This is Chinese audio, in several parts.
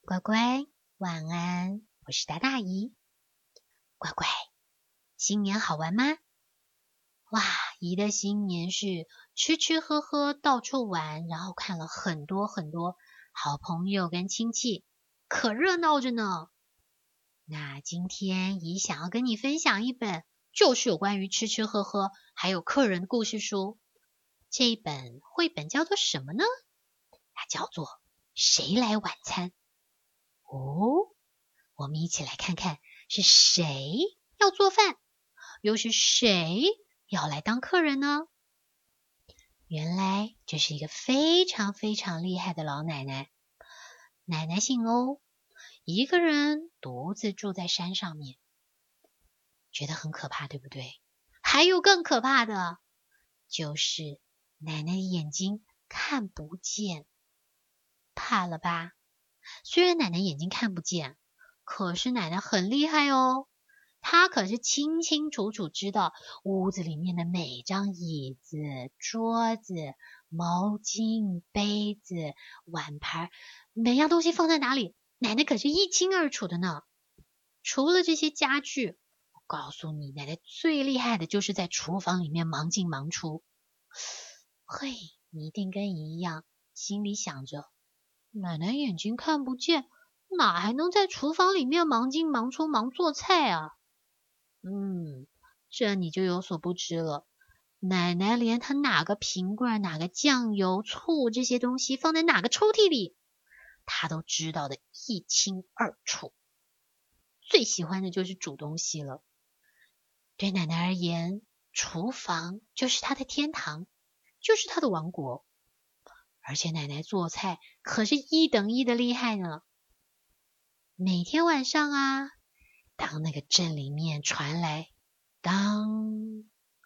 乖乖，晚安，我是大大姨。乖乖，新年好玩吗？哇，姨的新年是吃吃喝喝到处玩，然后看了很多很多好朋友跟亲戚，可热闹着呢。那今天姨想要跟你分享一本就是有关于吃吃喝喝还有客人的故事书。这一本绘本叫做什么呢？它叫做《谁来晚餐》。哦，我们一起来看看是谁要做饭，又是谁要来当客人呢？原来这是一个非常非常厉害的老奶奶。奶奶姓欧，一个人独自住在山上面，觉得很可怕，对不对？还有更可怕的，就是奶奶的眼睛看不见，怕了吧？虽然奶奶眼睛看不见，可是奶奶很厉害哦，她可是清清楚楚知道屋子里面的每张椅子、桌子、毛巾、杯子、碗盘，每样东西放在哪里，奶奶可是一清二楚的呢。除了这些家具，我告诉你，奶奶最厉害的就是在厨房里面忙进忙出。嘿，你一定跟姨一样，心里想着，奶奶眼睛看不见，哪还能在厨房里面忙进忙出忙做菜啊？这你就有所不知了。奶奶连她哪个瓶罐、哪个酱油、醋这些东西放在哪个抽屉里，她都知道的一清二楚。最喜欢的就是煮东西了。对奶奶而言，厨房就是她的天堂，就是她的王国。而且奶奶做菜可是一等一的厉害呢。每天晚上啊，当那个镇里面传来当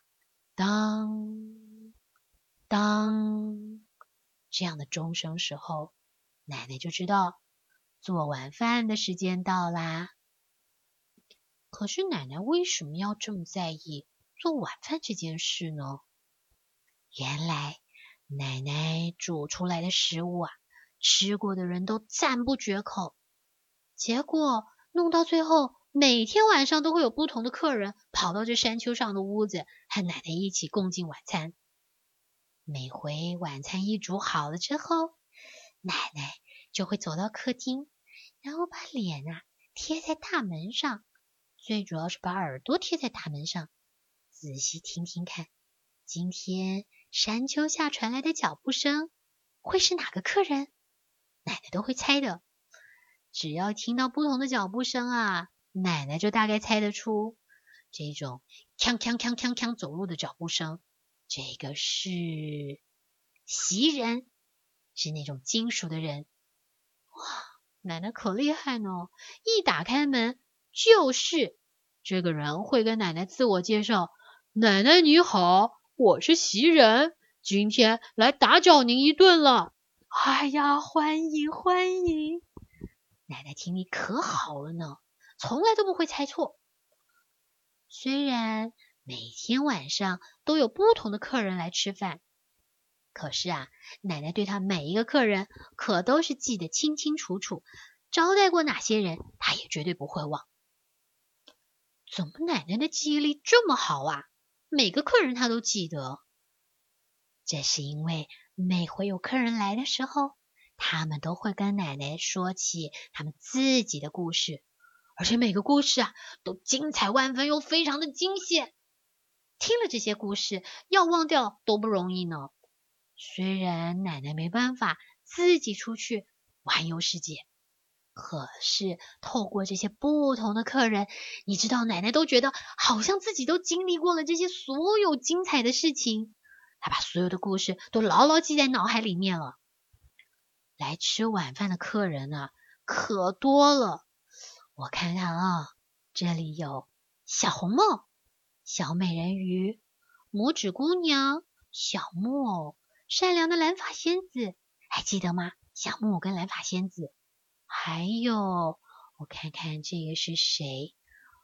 当当这样的钟声时候，奶奶就知道做晚饭的时间到啦。可是奶奶为什么要这么在意做晚饭这件事呢？原来奶奶煮出来的食物啊，吃过的人都赞不绝口。结果弄到最后，每天晚上都会有不同的客人跑到这山丘上的屋子，和奶奶一起共进晚餐。每回晚餐一煮好了之后，奶奶就会走到客厅，然后把脸贴在大门上，最主要是把耳朵贴在大门上，仔细听听看，今天山丘下传来的脚步声会是哪个客人？奶奶都会猜的。只要听到不同的脚步声啊，奶奶就大概猜得出这种锵锵锵锵锵走路的脚步声，这个是袭人，是那种金属的人。哇，奶奶可厉害呢！一打开门就是这个人会跟奶奶自我介绍：奶奶你好，我是袭人，今天来打搅您一顿了。哎呀，欢迎欢迎！奶奶听力可好了呢，从来都不会猜错。虽然每天晚上都有不同的客人来吃饭，可是奶奶对她每一个客人可都是记得清清楚楚，招待过哪些人，她也绝对不会忘。怎么奶奶的记忆力这么好啊？每个客人她都记得。这是因为每回有客人来的时候，他们都会跟奶奶说起他们自己的故事，而且每个故事都精彩万分又非常的惊险。听了这些故事，要忘掉都不容易呢。虽然奶奶没办法自己出去环游世界，可是透过这些不同的客人，你知道奶奶都觉得好像自己都经历过了这些所有精彩的事情，她把所有的故事都牢牢记在脑海里面了。来吃晚饭的客人可多了。我看看这里有小红帽、小美人鱼、拇指姑娘、小木偶、善良的蓝发仙子，还记得吗？小木偶跟蓝发仙子。还有，我看看这个是谁？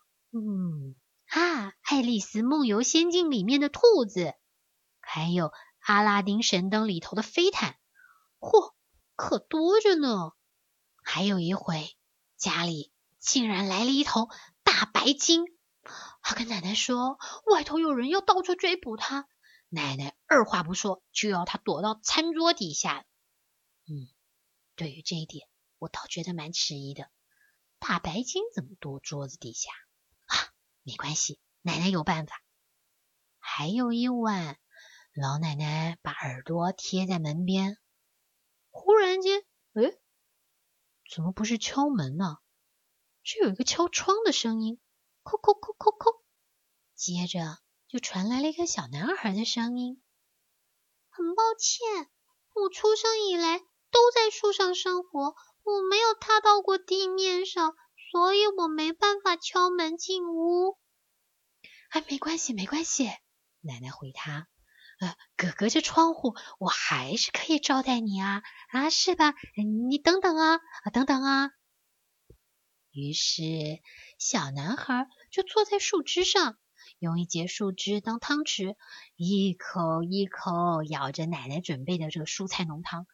爱丽丝梦游仙境里面的兔子，还有阿拉丁神灯里头的飞毯。嚯，可多着呢！ 还有一回，家里竟然来了一头大白鲸。他跟奶奶说，外头有人要到处追捕他。奶奶二话不说，就要他躲到餐桌底下。对于这一点，我倒觉得蛮迟疑的。大白鲸怎么躲桌子底下？没关系，奶奶有办法。还有一晚，老奶奶把耳朵贴在门边，忽然间，怎么不是敲门呢？是有一个敲窗的声音，叩叩叩叩叩。接着就传来了一个小男孩的声音：很抱歉，我出生以来都在树上生活，我没有踏到过地面上，所以我没办法敲门进屋。没关系，没关系，奶奶回他。隔着窗户，我还是可以招待你啊，是吧？你等等啊，等等啊。于是小男孩就坐在树枝上，用一节树枝当汤匙，一口一口咬着奶奶准备的这个蔬菜浓汤。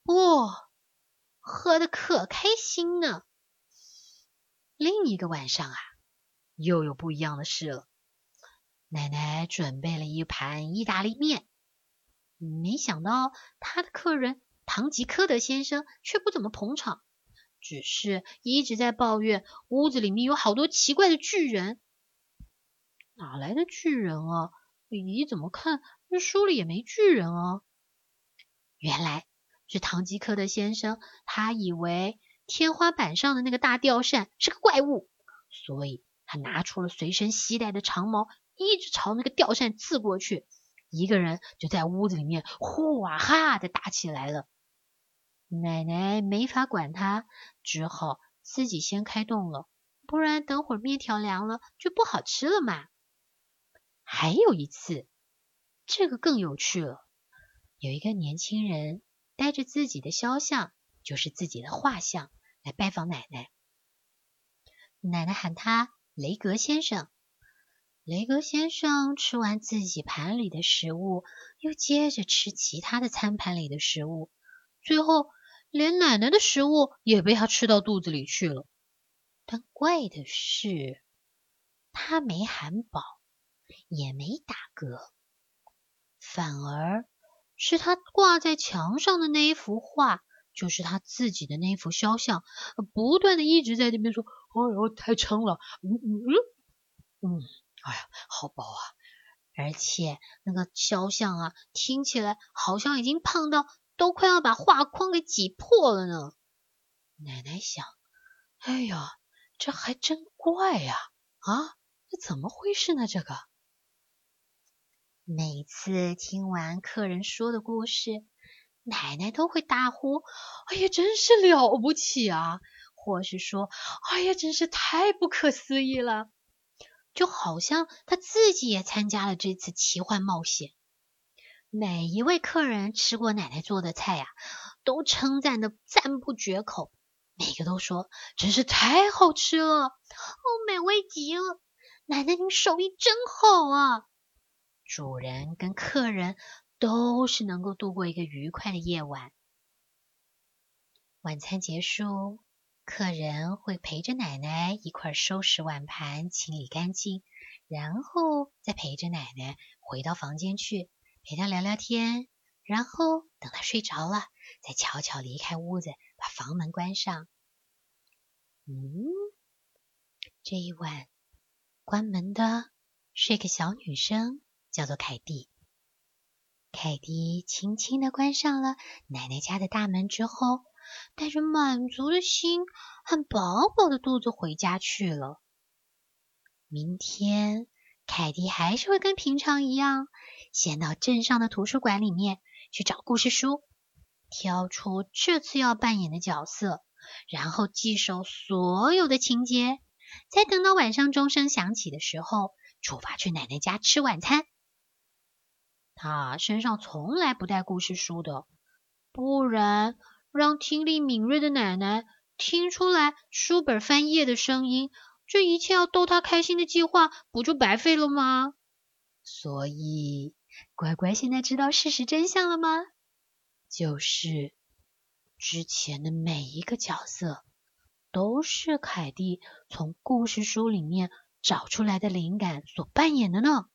喝得可开心呢。另一个晚上又有不一样的事了。奶奶准备了一盘意大利面，没想到她的客人唐吉诃德先生却不怎么捧场，只是一直在抱怨屋子里面有好多奇怪的巨人。哪来的巨人啊？咦，怎么看书里也没巨人啊？原来是唐吉诃德先生，他以为天花板上的那个大吊扇是个怪物，所以他拿出了随身携带的长矛，一直朝那个吊扇刺过去。一个人就在屋子里面呼啊哈的打起来了。奶奶没法管他，只好自己先开动了，不然等会儿面条凉了就不好吃了嘛。还有一次，这个更有趣了。有一个年轻人带着自己的肖像，就是自己的画像，来拜访奶奶。奶奶喊他雷格先生。雷格先生吃完自己盘里的食物，又接着吃其他的餐盘里的食物，最后连奶奶的食物也被他吃到肚子里去了。但怪的是，他没喊饱，也没打嗝，反而是他挂在墙上的那一幅画，就是他自己的那幅肖像，不断的一直在那边说：太撑了，好饱啊！而且那个肖像听起来好像已经胖到都快要把画框给挤破了呢。奶奶想，这还真怪呀！这怎么回事呢？这个每次听完客人说的故事，奶奶都会大呼：真是了不起啊！或是说：真是太不可思议了！就好像他自己也参加了这次奇幻冒险。每一位客人吃过奶奶做的菜都称赞的赞不绝口，每个都说真是太好吃了，美味极了，奶奶您手艺真好啊！主人跟客人都是能够度过一个愉快的夜晚。晚餐结束，客人会陪着奶奶一块收拾碗盘，清理干净，然后再陪着奶奶回到房间去，陪她聊聊天，然后等她睡着了，再悄悄离开屋子，把房门关上。这一晚关门的是一个小女生，叫做凯蒂。凯蒂轻轻地关上了奶奶家的大门之后，带着满足的心和饱饱的肚子回家去了。明天凯蒂还是会跟平常一样，先到镇上的图书馆里面去找故事书，挑出这次要扮演的角色，然后记熟所有的情节，再等到晚上钟声响起的时候，出发去奶奶家吃晚餐。他身上从来不带故事书的，不然让听力敏锐的奶奶听出来书本翻页的声音，这一切要逗他开心的计划不就白费了吗？所以乖乖现在知道事实真相了吗？就是之前的每一个角色都是凯蒂从故事书里面找出来的灵感所扮演的呢。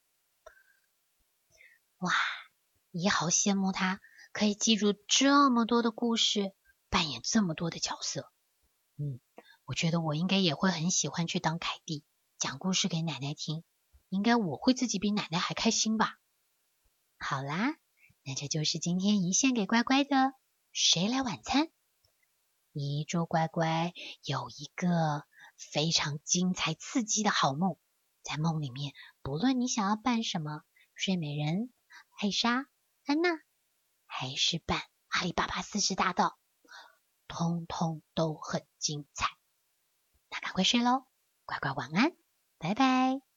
哇，也好羡慕他可以记住这么多的故事，扮演这么多的角色。我觉得我应该也会很喜欢去当凯蒂，讲故事给奶奶听，应该我会自己比奶奶还开心吧。好啦，那这就是今天一献给乖乖的谁来晚餐。祝乖乖有一个非常精彩刺激的好梦，在梦里面不论你想要扮什么，睡美人、艾莎、安娜，还是扮阿里巴巴40大盗，通通都很精彩。那赶快睡咯，乖乖晚安，拜拜。